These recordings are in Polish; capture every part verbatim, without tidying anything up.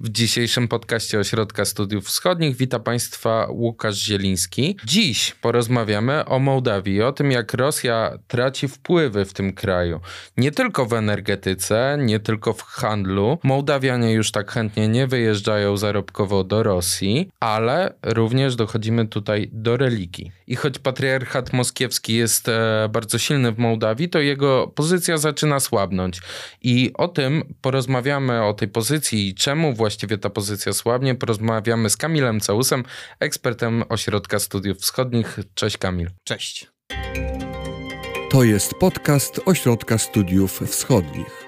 W dzisiejszym podcaście Ośrodka Studiów Wschodnich wita Państwa Łukasz Zieliński. Dziś porozmawiamy o Mołdawii i o tym, jak Rosja traci wpływy w tym kraju. Nie tylko w energetyce, nie tylko w handlu. Mołdawianie już tak chętnie nie wyjeżdżają zarobkowo do Rosji, ale również dochodzimy tutaj do religii. I choć patriarchat moskiewski jest e, bardzo silny w Mołdawii, to jego pozycja zaczyna słabnąć. I o tym porozmawiamy, o tej pozycji i czemu właściwie ta pozycja słabnie, porozmawiamy z Kamilem Całusem, ekspertem Ośrodka Studiów Wschodnich. Cześć Kamil. Cześć. To jest podcast Ośrodka Studiów Wschodnich.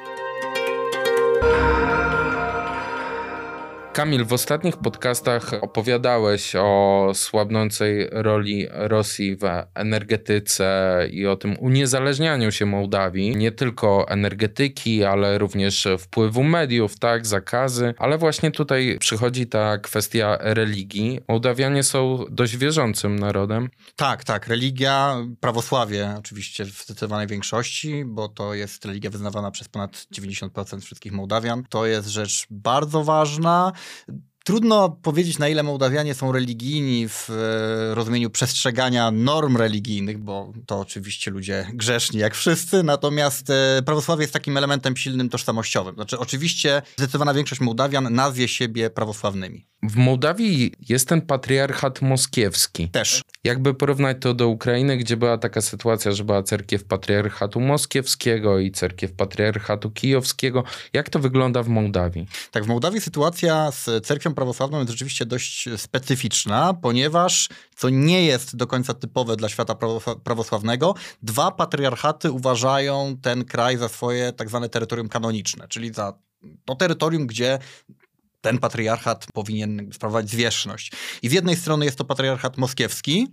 Kamil, w ostatnich podcastach opowiadałeś o słabnącej roli Rosji w energetyce i o tym uniezależnianiu się Mołdawii. Nie tylko energetyki, ale również wpływu mediów, tak, zakazy. Ale właśnie tutaj przychodzi ta kwestia religii. Mołdawianie są dość wierzącym narodem. Tak, tak. Religia, prawosławie oczywiście w zdecydowanej większości, bo to jest religia wyznawana przez ponad dziewięćdziesiąt procent wszystkich Mołdawian. To jest rzecz bardzo ważna. Trudno powiedzieć, na ile Mołdawianie są religijni w rozumieniu przestrzegania norm religijnych, bo to oczywiście ludzie grzeszni jak wszyscy, natomiast prawosławie jest takim elementem silnym tożsamościowym. Znaczy oczywiście zdecydowana większość Mołdawian nazwie siebie prawosławnymi. W Mołdawii jest ten patriarchat moskiewski. Też. Jakby porównać to do Ukrainy, gdzie była taka sytuacja, że była cerkiew patriarchatu moskiewskiego i cerkiew patriarchatu kijowskiego. Jak to wygląda w Mołdawii? Tak, w Mołdawii sytuacja z cerkwią prawosławną jest rzeczywiście dość specyficzna, ponieważ, co nie jest do końca typowe dla świata prawosławnego, dwa patriarchaty uważają ten kraj za swoje tak zwane terytorium kanoniczne, czyli za to terytorium, gdzie ten patriarchat powinien sprawować zwierzchność. I z jednej strony jest to patriarchat moskiewski,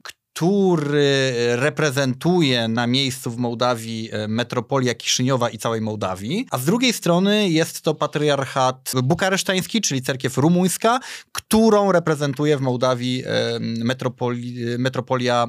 który reprezentuje na miejscu w Mołdawii metropolia Kiszyniowa i całej Mołdawii, a z drugiej strony jest to patriarchat bukaresztański, czyli cerkiew rumuńska, którą reprezentuje w Mołdawii metropoli, metropolia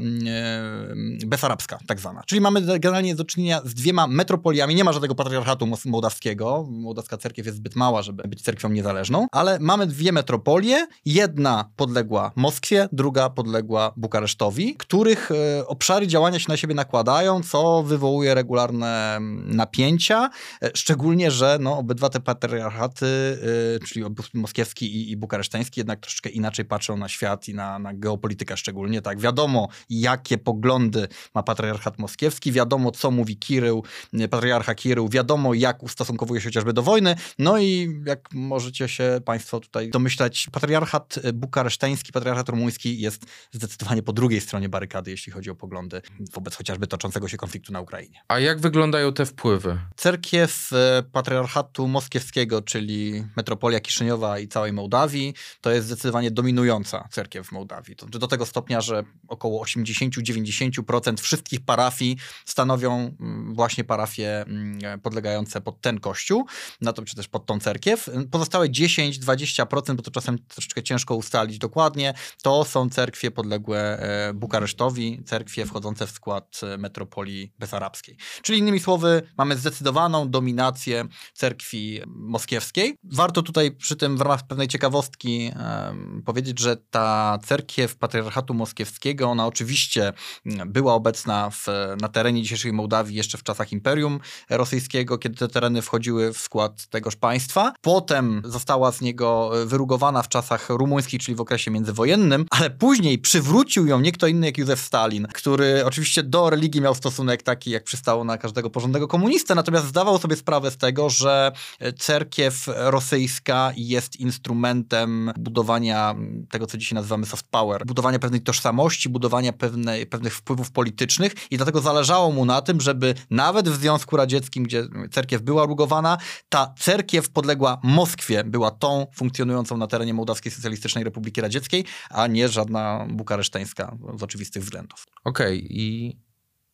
besarabska, tak zwana. Czyli mamy generalnie do czynienia z dwiema metropoliami, nie ma żadnego patriarchatu mołdawskiego, mołdawska cerkiew jest zbyt mała, żeby być cerkwią niezależną, ale mamy dwie metropolie, jedna podległa Moskwie, druga podległa Bukaresztowi, których e, obszary działania się na siebie nakładają, co wywołuje regularne napięcia, e, szczególnie, że no, obydwa te patriarchaty, e, czyli moskiewski i, i bukaresztański, jednak troszeczkę inaczej patrzą na świat i na, na geopolitykę szczególnie. Tak, wiadomo, jakie poglądy ma patriarchat moskiewski, wiadomo, co mówi Kirył, patriarcha Kirył, wiadomo, jak ustosunkowuje się chociażby do wojny, no i jak możecie się Państwo tutaj domyślać, patriarchat bukaresztański, patriarchat rumuński jest zdecydowanie po drugiej stronie barykady, jeśli chodzi o poglądy wobec chociażby toczącego się konfliktu na Ukrainie. A jak wyglądają te wpływy? Cerkiew patriarchatu moskiewskiego, czyli metropolia Kiszyniowa i całej Mołdawii, to jest zdecydowanie dominująca cerkiew w Mołdawii. To do tego stopnia, że około osiemdziesiąt do dziewięćdziesięciu procent wszystkich parafii stanowią właśnie parafie podlegające pod ten kościół, na to, czy też pod tą cerkiew. Pozostałe dziesięć do dwudziestu procent, bo to czasem troszeczkę ciężko ustalić dokładnie, to są cerkwie podległe Bukaresztowi, cerkwie wchodzące w skład metropolii besarabskiej. Czyli innymi słowy, mamy zdecydowaną dominację cerkwi moskiewskiej. Warto tutaj przy tym w ramach pewnej ciekawostki um, powiedzieć, że ta cerkiew patriarchatu moskiewskiego, ona oczywiście była obecna w, na terenie dzisiejszej Mołdawii jeszcze w czasach Imperium Rosyjskiego, kiedy te tereny wchodziły w skład tegoż państwa. Potem została z niego wyrugowana w czasach rumuńskich, czyli w okresie międzywojennym, ale później przywrócił ją nie kto inny jak Józef Stalin, który oczywiście do religii miał stosunek taki, jak przystało na każdego porządnego komunistę, natomiast zdawał sobie sprawę z tego, że cerkiew rosyjska jest instrumentem budowania tego, co dzisiaj nazywamy soft power, budowania pewnej tożsamości, budowania pewnej, pewnych wpływów politycznych i dlatego zależało mu na tym, żeby nawet w Związku Radzieckim, gdzie cerkiew była rugowana, ta cerkiew podległa Moskwie była tą funkcjonującą na terenie Mołdawskiej Socjalistycznej Republiki Radzieckiej, a nie żadna bukaresztańska z oczywistych względów. Okej, okay. I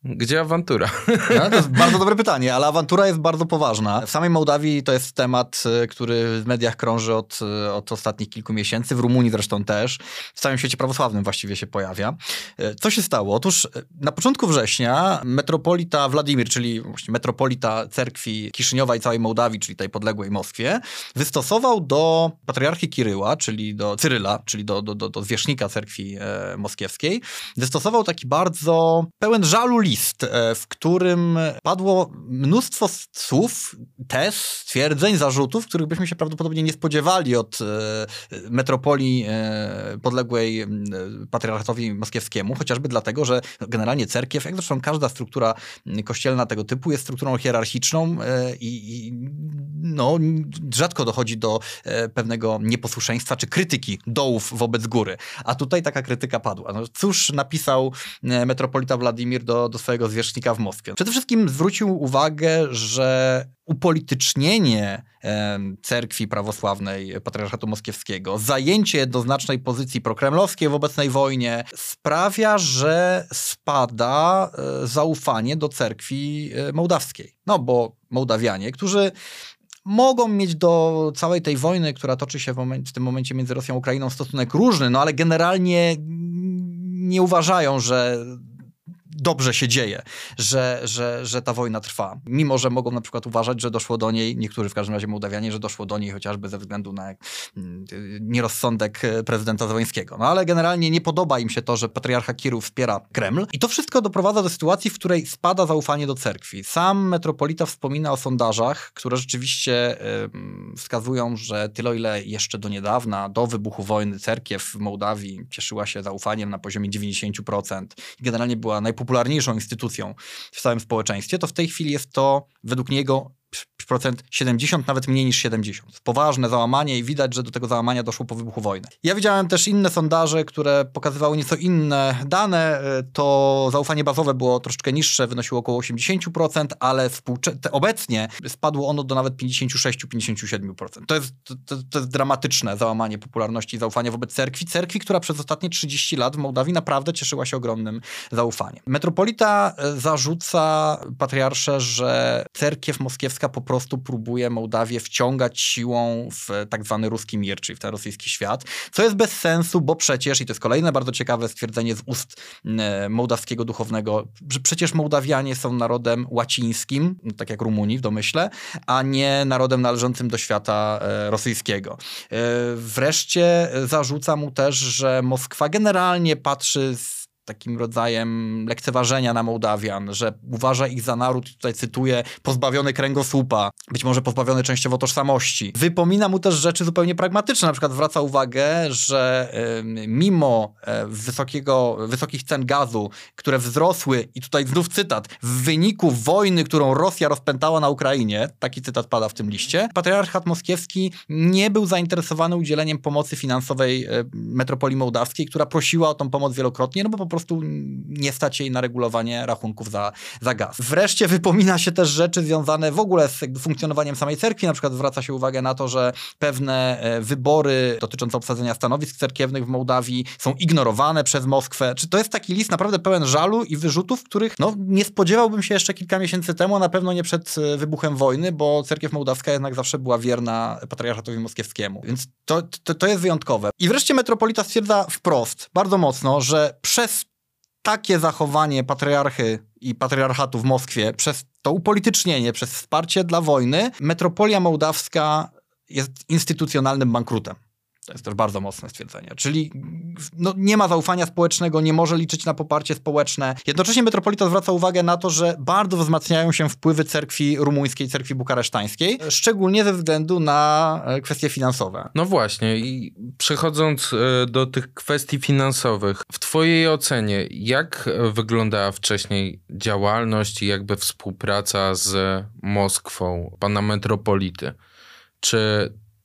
Gdzie awantura? No, to jest bardzo dobre pytanie, ale awantura jest bardzo poważna. W samej Mołdawii to jest temat, który w mediach krąży od, od ostatnich kilku miesięcy, w Rumunii zresztą też, w całym świecie prawosławnym właściwie się pojawia. Co się stało? Otóż na początku września metropolita Władimir, czyli właśnie metropolita cerkwi Kiszyniowa i całej Mołdawii, czyli tej podległej Moskwie, wystosował do patriarchy Kiryła, czyli do Cyryla, czyli do, do, do, do zwierzchnika cerkwi e, moskiewskiej, wystosował taki bardzo pełen żalu list, w którym padło mnóstwo słów, tez, stwierdzeń, zarzutów, których byśmy się prawdopodobnie nie spodziewali od e, metropolii e, podległej e, patriarchatowi moskiewskiemu, chociażby dlatego, że generalnie cerkiew, jak zresztą każda struktura kościelna tego typu, jest strukturą hierarchiczną e, i no, rzadko dochodzi do e, pewnego nieposłuszeństwa czy krytyki dołów wobec góry. A tutaj taka krytyka padła. No, cóż napisał e, metropolita Władimir do, do swojego zwierzchnika w Moskwie? Przede wszystkim zwrócił uwagę, że upolitycznienie e, cerkwi prawosławnej Patriarchatu Moskiewskiego, zajęcie jednoznacznej pozycji prokremlowskiej w obecnej wojnie sprawia, że spada e, zaufanie do cerkwi e, mołdawskiej. No bo Mołdawianie, którzy mogą mieć do całej tej wojny, która toczy się w, moment, w tym momencie między Rosją a Ukrainą, stosunek różny, no ale generalnie nie uważają, że dobrze się dzieje, że, że, że ta wojna trwa. Mimo że mogą na przykład uważać, że doszło do niej, niektórzy w każdym razie Mołdawianie, że doszło do niej chociażby ze względu na nierozsądek prezydenta Zełenskiego. No ale generalnie nie podoba im się to, że patriarcha Kirów wspiera Kreml. I to wszystko doprowadza do sytuacji, w której spada zaufanie do cerkwi. Sam metropolita wspomina o sondażach, które rzeczywiście yy, wskazują, że tyle, o ile jeszcze do niedawna, do wybuchu wojny, cerkiew w Mołdawii cieszyła się zaufaniem na poziomie dziewięćdziesiąt procent i generalnie była najpopularniejszą instytucją w całym społeczeństwie, to w tej chwili jest to według niego procent siedemdziesiąt, nawet mniej niż siedemdziesiąt. Poważne załamanie i widać, że do tego załamania doszło po wybuchu wojny. Ja widziałem też inne sondaże, które pokazywały nieco inne dane. To zaufanie bazowe było troszeczkę niższe, wynosiło około osiemdziesiąt procent, ale współcze- obecnie spadło ono do nawet pięćdziesiąt sześć do pięćdziesięciu siedmiu procent. To jest, to, to jest dramatyczne załamanie popularności i zaufania wobec cerkwi. Cerkwi, która przez ostatnie trzydzieści lat w Mołdawii naprawdę cieszyła się ogromnym zaufaniem. Metropolita zarzuca patriarsze, że cerkiew moskiewska po prostu próbuje Mołdawię wciągać siłą w tak zwany ruski mir, czyli w ten rosyjski świat, co jest bez sensu, bo przecież, i to jest kolejne bardzo ciekawe stwierdzenie z ust e, mołdawskiego duchownego, że przecież Mołdawianie są narodem łacińskim, tak jak Rumuni w domyśle, a nie narodem należącym do świata e, rosyjskiego. E, wreszcie zarzuca mu też, że Moskwa generalnie patrzy z takim rodzajem lekceważenia na Mołdawian, że uważa ich za naród, tutaj cytuję, pozbawiony kręgosłupa, być może pozbawiony częściowo tożsamości. Wypomina mu też rzeczy zupełnie pragmatyczne, na przykład zwraca uwagę, że y, mimo y, wysokiego, wysokich cen gazu, które wzrosły, i tutaj znów cytat, w wyniku wojny, którą Rosja rozpętała na Ukrainie, taki cytat pada w tym liście, patriarchat moskiewski nie był zainteresowany udzieleniem pomocy finansowej y, metropolii mołdawskiej, która prosiła o tą pomoc wielokrotnie, no bo po prostu nie stać jej na regulowanie rachunków za, za gaz. Wreszcie wypomina się też rzeczy związane w ogóle z funkcjonowaniem samej cerkwi. Na przykład zwraca się uwagę na to, że pewne wybory dotyczące obsadzenia stanowisk cerkiewnych w Mołdawii są ignorowane przez Moskwę. Czy to jest taki list naprawdę pełen żalu i wyrzutów, których no, nie spodziewałbym się jeszcze kilka miesięcy temu, a na pewno nie przed wybuchem wojny, bo cerkiew mołdawska jednak zawsze była wierna patriarchatowi moskiewskiemu. Więc to, to, to jest wyjątkowe. I wreszcie metropolita stwierdza wprost, bardzo mocno, że przez takie zachowanie patriarchy i patriarchatu w Moskwie, przez to upolitycznienie, przez wsparcie dla wojny, metropolia mołdawska jest instytucjonalnym bankrutem. To jest też bardzo mocne stwierdzenie. Czyli no, nie ma zaufania społecznego, nie może liczyć na poparcie społeczne. Jednocześnie metropolita zwraca uwagę na to, że bardzo wzmacniają się wpływy cerkwi rumuńskiej, cerkwi bukaresztańskiej, szczególnie ze względu na kwestie finansowe. No właśnie i przechodząc do tych kwestii finansowych, w twojej ocenie jak wyglądała wcześniej działalność i jakby współpraca z Moskwą pana metropolity? Czy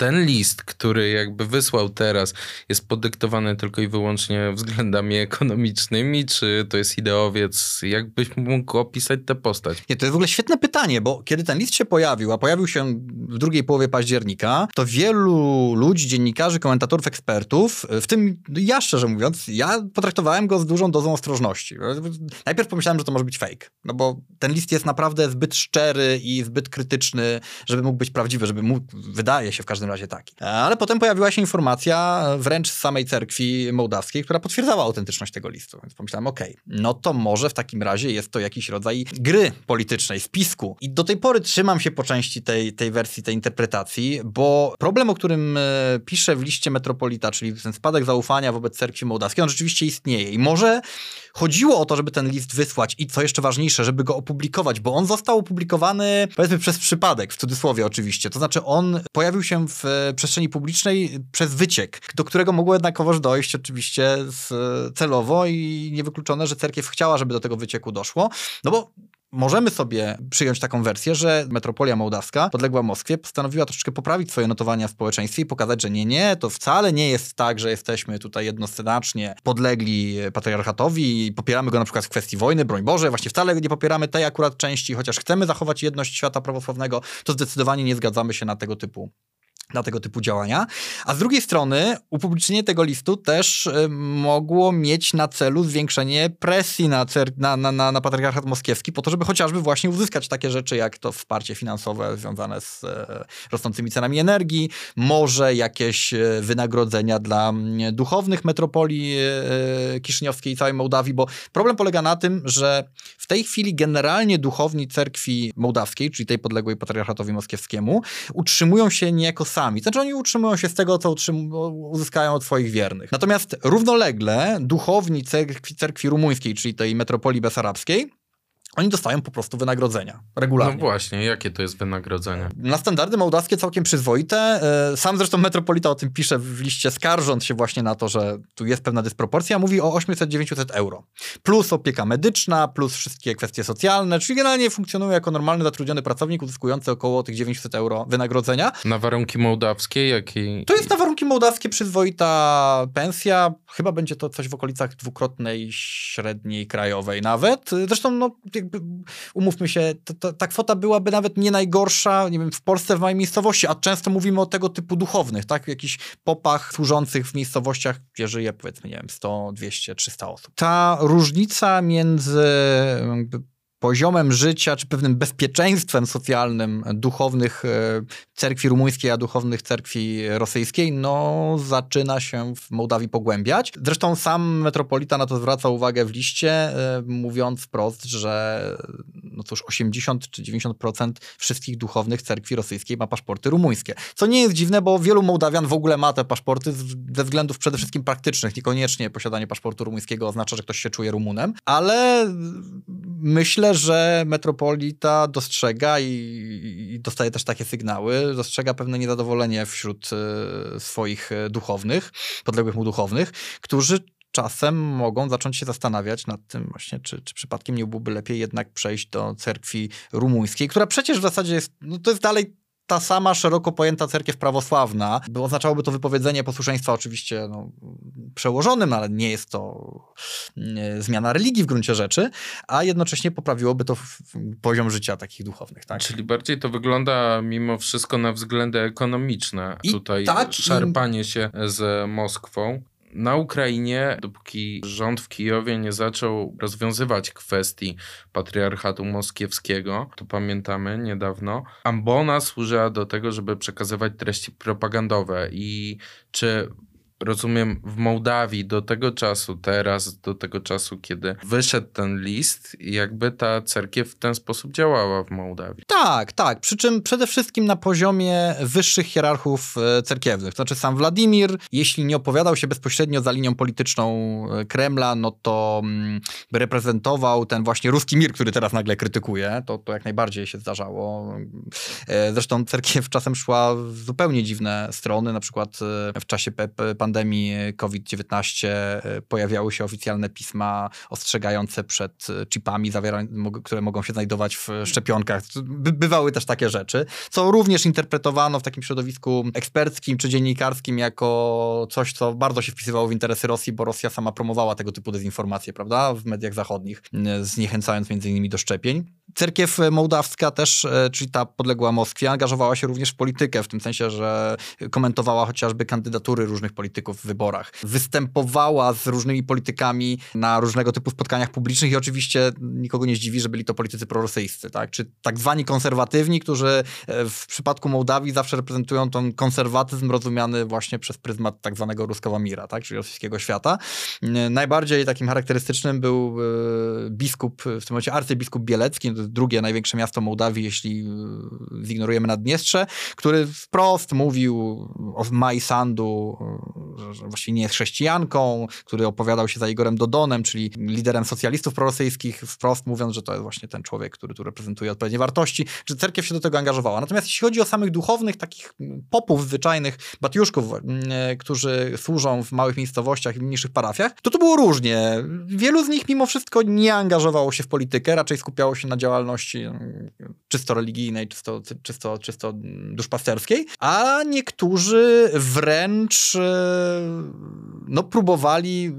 ten list, który jakby wysłał teraz, jest podyktowany tylko i wyłącznie względami ekonomicznymi, czy to jest ideowiec? Jakbyś mógł opisać tę postać? Nie, to jest w ogóle świetne pytanie, bo kiedy ten list się pojawił, a pojawił się w drugiej połowie października, to wielu ludzi, dziennikarzy, komentatorów, ekspertów, w tym ja szczerze mówiąc, ja potraktowałem go z dużą dozą ostrożności. Najpierw pomyślałem, że to może być fake, no bo ten list jest naprawdę zbyt szczery i zbyt krytyczny, żeby mógł być prawdziwy, żeby mógł, wydaje się w każdym razie taki. Ale potem pojawiła się informacja wręcz z samej cerkwi mołdawskiej, która potwierdzała autentyczność tego listu. Więc pomyślałem, okej, okay, no to może w takim razie jest to jakiś rodzaj gry politycznej, spisku. I do tej pory trzymam się po części tej, tej wersji, tej interpretacji, bo problem, o którym e, pisze w liście Metropolita, czyli ten spadek zaufania wobec cerkwi mołdawskiej, on rzeczywiście istnieje. I może chodziło o to, żeby ten list wysłać i co jeszcze ważniejsze, żeby go opublikować, bo on został opublikowany, powiedzmy, przez przypadek, w cudzysłowie oczywiście. To znaczy on pojawił się w przestrzeni publicznej przez wyciek, do którego mogło jednakowoż dojść oczywiście z, celowo i niewykluczone, że cerkiew chciała, żeby do tego wycieku doszło, no bo możemy sobie przyjąć taką wersję, że metropolia mołdawska, podległa Moskwie, postanowiła troszeczkę poprawić swoje notowania w społeczeństwie i pokazać, że nie, nie, to wcale nie jest tak, że jesteśmy tutaj jednoscenacznie podlegli patriarchatowi i popieramy go na przykład w kwestii wojny, broń Boże, właśnie wcale nie popieramy tej akurat części, chociaż chcemy zachować jedność świata prawosławnego, to zdecydowanie nie zgadzamy się na tego typu na tego typu działania. A z drugiej strony upublicznienie tego listu też y, mogło mieć na celu zwiększenie presji na, na, na, na, na patriarchat moskiewski po to, żeby chociażby właśnie uzyskać takie rzeczy jak to wsparcie finansowe związane z e, rosnącymi cenami energii, może jakieś e, wynagrodzenia dla m, duchownych metropolii e, kiszynioskiej i całej Mołdawii, bo problem polega na tym, że w tej chwili generalnie duchowni cerkwi mołdawskiej, czyli tej podległej patriarchatowi moskiewskiemu, utrzymują się niejako sami. Znaczy oni utrzymują się z tego, co uzyskają od swoich wiernych. Natomiast równolegle duchowni cerkwi, cerkwi rumuńskiej, czyli tej metropolii besarabskiej, oni dostają po prostu wynagrodzenia regularnie. No właśnie, jakie to jest wynagrodzenie? Na standardy mołdawskie całkiem przyzwoite. Sam zresztą metropolita o tym pisze w liście, skarżąc się właśnie na to, że tu jest pewna dysproporcja. Mówi o osiemset do dziewięciuset euro. Plus opieka medyczna, plus wszystkie kwestie socjalne, czyli generalnie funkcjonują jako normalny zatrudniony pracownik uzyskujący około tych dziewięćset euro wynagrodzenia. Na warunki mołdawskie? Jakiej... To jest na warunki mołdawskie przyzwoita pensja. Chyba będzie to coś w okolicach dwukrotnej średniej krajowej nawet. Zresztą no umówmy się, to, to, ta kwota byłaby nawet nie najgorsza, nie wiem, w Polsce, w mojej miejscowości, a często mówimy o tego typu duchownych, tak? W jakichś popach służących w miejscowościach, gdzie żyje, powiedzmy, nie wiem, sto, dwieście, trzysta osób. Ta różnica między jakby poziomem życia, czy pewnym bezpieczeństwem socjalnym duchownych cerkwi rumuńskiej, a duchownych cerkwi rosyjskiej, no zaczyna się w Mołdawii pogłębiać. Zresztą sam metropolita na to zwraca uwagę w liście, mówiąc wprost, że no cóż, osiemdziesiąt czy dziewięćdziesiąt procent wszystkich duchownych cerkwi rosyjskiej ma paszporty rumuńskie. Co nie jest dziwne, bo wielu Mołdawian w ogóle ma te paszporty ze względów przede wszystkim praktycznych. Niekoniecznie posiadanie paszportu rumuńskiego oznacza, że ktoś się czuje Rumunem, ale myślę, że metropolita dostrzega i, i dostaje też takie sygnały, dostrzega pewne niezadowolenie wśród y, swoich duchownych, podległych mu duchownych, którzy czasem mogą zacząć się zastanawiać nad tym właśnie, czy, czy przypadkiem nie byłoby lepiej jednak przejść do cerkwi rumuńskiej, która przecież w zasadzie jest, no to jest dalej ta sama szeroko pojęta cerkiew prawosławna, bo oznaczałoby to wypowiedzenie posłuszeństwa oczywiście no, przełożonym, ale nie jest to nie, zmiana religii w gruncie rzeczy, a jednocześnie poprawiłoby to w, w poziom życia takich duchownych. Tak? Czyli bardziej to wygląda mimo wszystko na względy ekonomiczne. I tutaj tak, szarpanie i... się z Moskwą. Na Ukrainie, dopóki rząd w Kijowie nie zaczął rozwiązywać kwestii patriarchatu moskiewskiego, to pamiętamy niedawno, ambona służyła do tego, żeby przekazywać treści propagandowe. I czy, rozumiem, w Mołdawii do tego czasu, teraz do tego czasu, kiedy wyszedł ten list, jakby ta cerkiew w ten sposób działała w Mołdawii? Tak, tak. Przy czym przede wszystkim na poziomie wyższych hierarchów cerkiewnych. To znaczy sam Władimir, jeśli nie opowiadał się bezpośrednio za linią polityczną Kremla, no to reprezentował ten właśnie ruski mir, który teraz nagle krytykuje. To, to jak najbardziej się zdarzało. Zresztą cerkiew czasem szła w zupełnie dziwne strony, na przykład w czasie pandemii COVID dziewiętnaście pojawiały się oficjalne pisma ostrzegające przed chipami, które mogą się znajdować w szczepionkach. By, bywały też takie rzeczy, co również interpretowano w takim środowisku eksperckim czy dziennikarskim jako coś, co bardzo się wpisywało w interesy Rosji, bo Rosja sama promowała tego typu dezinformacje, prawda, w mediach zachodnich, zniechęcając między innymi do szczepień. Cerkiew mołdawska też, czyli ta podległa Moskwie, angażowała się również w politykę, w tym sensie, że komentowała chociażby kandydatury różnych polityków w wyborach. Występowała z różnymi politykami na różnego typu spotkaniach publicznych i oczywiście nikogo nie zdziwi, że byli to politycy prorosyjscy, tak? Czy tak zwani konserwatywni, którzy w przypadku Mołdawii zawsze reprezentują ten konserwatyzm rozumiany właśnie przez pryzmat tak zwanego ruskiego mira, tak? Czyli rosyjskiego świata. Najbardziej takim charakterystycznym był biskup, w tym momencie arcybiskup Bielecki, to jest drugie największe miasto Mołdawii, jeśli zignorujemy Naddniestrze, który wprost mówił o Mai Sandu, że właściwie nie jest chrześcijanką, który opowiadał się za Igorem Dodonem, czyli liderem socjalistów prorosyjskich, wprost mówiąc, że to jest właśnie ten człowiek, który tu reprezentuje odpowiednie wartości, że cerkiew się do tego angażowała. Natomiast jeśli chodzi o samych duchownych, takich popów zwyczajnych, batiuszków, którzy służą w małych miejscowościach i mniejszych parafiach, to to było różnie. Wielu z nich mimo wszystko nie angażowało się w politykę, raczej skupiało się na działalności czysto religijnej, czysto, czysto, czysto duszpasterskiej, a niektórzy wręcz no, próbowali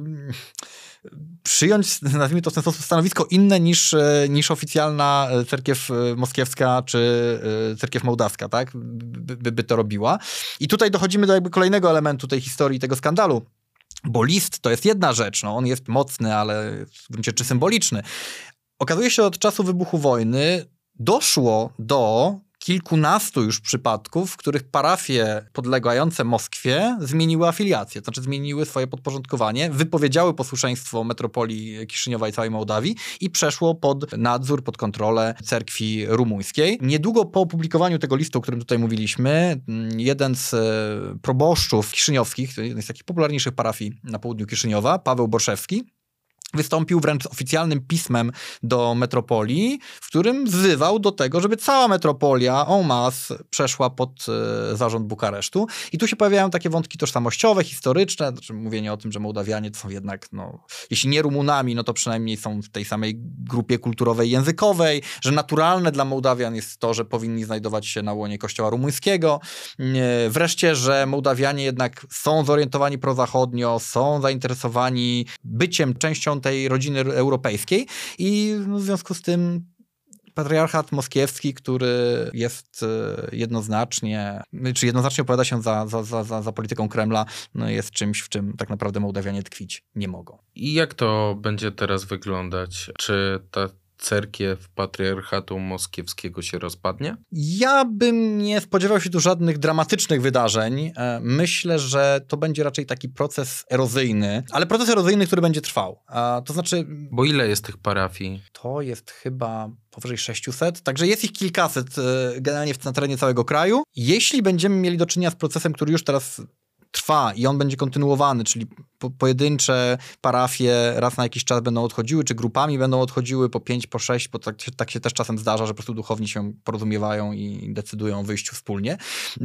przyjąć, nazwijmy to w ten sposób, stanowisko inne niż, niż oficjalna cerkiew moskiewska czy cerkiew mołdawska, tak, by, by to robiła. I tutaj dochodzimy do jakby kolejnego elementu tej historii, tego skandalu. Bo list to jest jedna rzecz, no on jest mocny, ale w gruncie rzeczy symboliczny. Okazuje się, że od czasu wybuchu wojny doszło do kilkunastu już przypadków, w których parafie podlegające Moskwie zmieniły afiliację, to znaczy zmieniły swoje podporządkowanie, wypowiedziały posłuszeństwo metropolii Kiszyniowa i całej Mołdawii i przeszło pod nadzór, pod kontrolę cerkwi rumuńskiej. Niedługo po opublikowaniu tego listu, o którym tutaj mówiliśmy, jeden z proboszczów kiszyniowskich, jeden z takich popularniejszych parafii na południu Kiszyniowa, Paweł Borszewski, wystąpił wręcz z oficjalnym pismem do metropolii, w którym wzywał do tego, żeby cała metropolia en masse przeszła pod e, zarząd Bukaresztu. I tu się pojawiają takie wątki tożsamościowe, historyczne, znaczy mówienie o tym, że Mołdawianie to są jednak, no, jeśli nie Rumunami, no to przynajmniej są w tej samej grupie kulturowej, językowej, że naturalne dla Mołdawian jest to, że powinni znajdować się na łonie kościoła rumuńskiego. E, wreszcie, że Mołdawianie jednak są zorientowani prozachodnio, są zainteresowani byciem częścią tej rodziny europejskiej i no, w związku z tym patriarchat moskiewski, który jest jednoznacznie, czy jednoznacznie opowiada się za, za, za, za polityką Kremla, no jest czymś, w czym tak naprawdę Mołdawianie tkwić nie mogą. I jak to będzie teraz wyglądać? Czy ta cerkiew patriarchatu moskiewskiego się rozpadnie? Ja bym nie spodziewał się tu żadnych dramatycznych wydarzeń. Myślę, że to będzie raczej taki proces erozyjny, ale proces erozyjny, który będzie trwał. To znaczy... Bo ile jest tych parafii? To jest chyba powyżej sześciuset, także jest ich kilkaset generalnie na terenie całego kraju. Jeśli będziemy mieli do czynienia z procesem, który już teraz trwa i on będzie kontynuowany, czyli po, pojedyncze parafie raz na jakiś czas będą odchodziły, czy grupami będą odchodziły po pięć, po sześć, bo tak, tak się też czasem zdarza, że po prostu duchowni się porozumiewają i decydują o wyjściu wspólnie,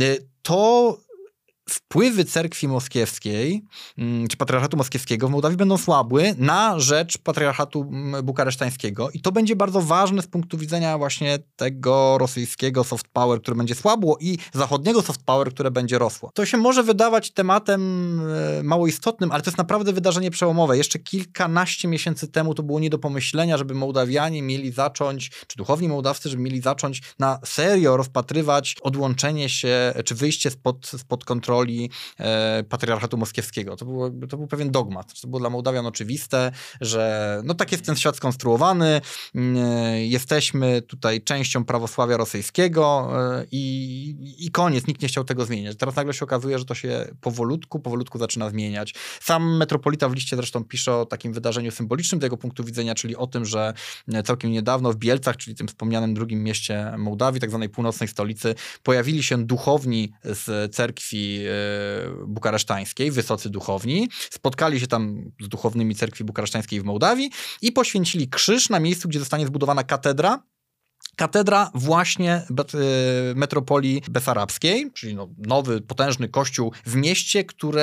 to wpływy cerkwi moskiewskiej, czy patriarchatu moskiewskiego w Mołdawii będą słabły na rzecz patriarchatu bukaresztańskiego i to będzie bardzo ważne z punktu widzenia właśnie tego rosyjskiego soft power, które będzie słabło i zachodniego soft power, które będzie rosło. To się może wydawać tematem mało istotnym, ale to jest naprawdę wydarzenie przełomowe. Jeszcze kilkanaście miesięcy temu to było nie do pomyślenia, żeby Mołdawianie mieli zacząć, czy duchowni mołdawscy, żeby mieli zacząć na serio rozpatrywać odłączenie się, czy wyjście spod, spod kontroli E, patriarchatu moskiewskiego. To, było, to był pewien dogmat. To było dla Mołdawian oczywiste, że no tak jest ten świat skonstruowany, e, jesteśmy tutaj częścią prawosławia rosyjskiego e, i, i koniec, nikt nie chciał tego zmieniać. Teraz nagle się okazuje, że to się powolutku, powolutku zaczyna zmieniać. Sam metropolita w liście zresztą pisze o takim wydarzeniu symbolicznym z jego punktu widzenia, czyli o tym, że całkiem niedawno w Bielcach, czyli tym wspomnianym drugim mieście Mołdawii, tak zwanej północnej stolicy, pojawili się duchowni z cerkwi bukaresztańskiej, wysocy duchowni, spotkali się tam z duchownymi cerkwi bukaresztańskiej w Mołdawii i poświęcili krzyż na miejscu, gdzie zostanie zbudowana katedra. Katedra właśnie metropolii besarabskiej, czyli no, nowy, potężny kościół w mieście, które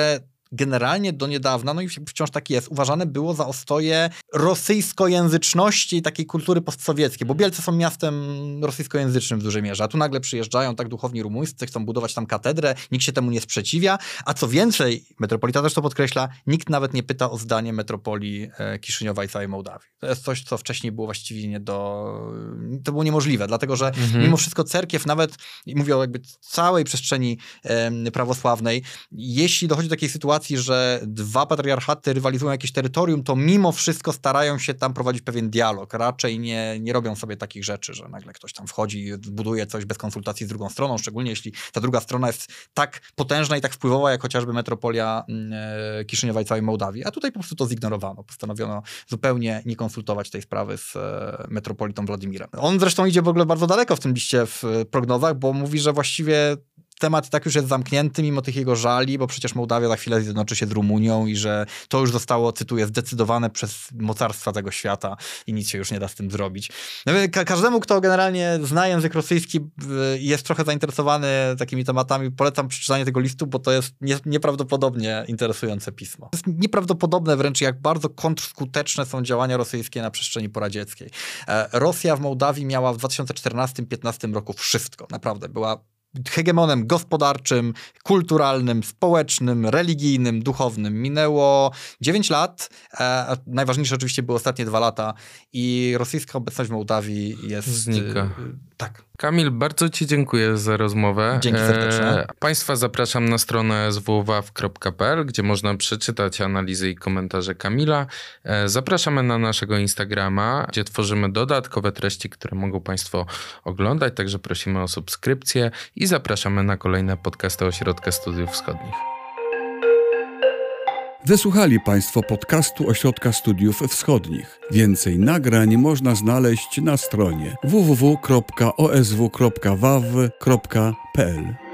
generalnie do niedawna, no i wciąż tak jest, uważane było za ostoje rosyjskojęzyczności i takiej kultury postsowieckiej, bo Bielce są miastem rosyjskojęzycznym w dużej mierze, a tu nagle przyjeżdżają tak duchowni rumuńscy, chcą budować tam katedrę, nikt się temu nie sprzeciwia, a co więcej, metropolita też to podkreśla, nikt nawet nie pyta o zdanie metropolii e, Kiszyniowa i całej Mołdawii. To jest coś, co wcześniej było właściwie nie do... To było niemożliwe, dlatego że mhm. mimo wszystko cerkiew nawet, mówię o jakby całej przestrzeni e, prawosławnej, jeśli dochodzi do takiej sytuacji, że dwa patriarchaty rywalizują jakieś terytorium, to mimo wszystko starają się tam prowadzić pewien dialog. Raczej nie, nie robią sobie takich rzeczy, że nagle ktoś tam wchodzi i buduje coś bez konsultacji z drugą stroną, szczególnie jeśli ta druga strona jest tak potężna i tak wpływowa, jak chociażby metropolia e, Kiszyniowa i całej Mołdawii. A tutaj po prostu to zignorowano. Postanowiono zupełnie nie konsultować tej sprawy z e, metropolitą Władimirem. On zresztą idzie w ogóle bardzo daleko w tym liście w e, prognozach, bo mówi, że właściwie temat i tak już jest zamknięty mimo tych jego żali, bo przecież Mołdawia za chwilę zjednoczy się z Rumunią i że to już zostało, cytuję, zdecydowane przez mocarstwa tego świata i nic się już nie da z tym zrobić. No, ka- każdemu, kto generalnie zna język rosyjski i jest trochę zainteresowany takimi tematami, polecam przeczytanie tego listu, bo to jest nie, nieprawdopodobnie interesujące pismo. To jest nieprawdopodobne wręcz, jak bardzo kontrskuteczne są działania rosyjskie na przestrzeni poradzieckiej. E, Rosja w Mołdawii miała w dwa tysiące czternastym piętnastym roku wszystko. Naprawdę. Była hegemonem gospodarczym, kulturalnym, społecznym, religijnym, duchownym. Minęło dziewięć lat, a najważniejsze oczywiście były ostatnie dwa lata i rosyjska obecność w Mołdawii jest... Znika. Y, tak. Kamil, bardzo ci dziękuję za rozmowę. Dzięki serdecznie. E, Państwa zapraszam na stronę s w w a w kropka p l, gdzie można przeczytać analizy i komentarze Kamila. E, zapraszamy na naszego Instagrama, gdzie tworzymy dodatkowe treści, które mogą Państwo oglądać, także prosimy o subskrypcję i zapraszamy na kolejne podcasty Ośrodka Studiów Wschodnich. Wysłuchali Państwo podcastu Ośrodka Studiów Wschodnich. Więcej nagrań można znaleźć na stronie w w w kropka o s w kropka w a w kropka p l.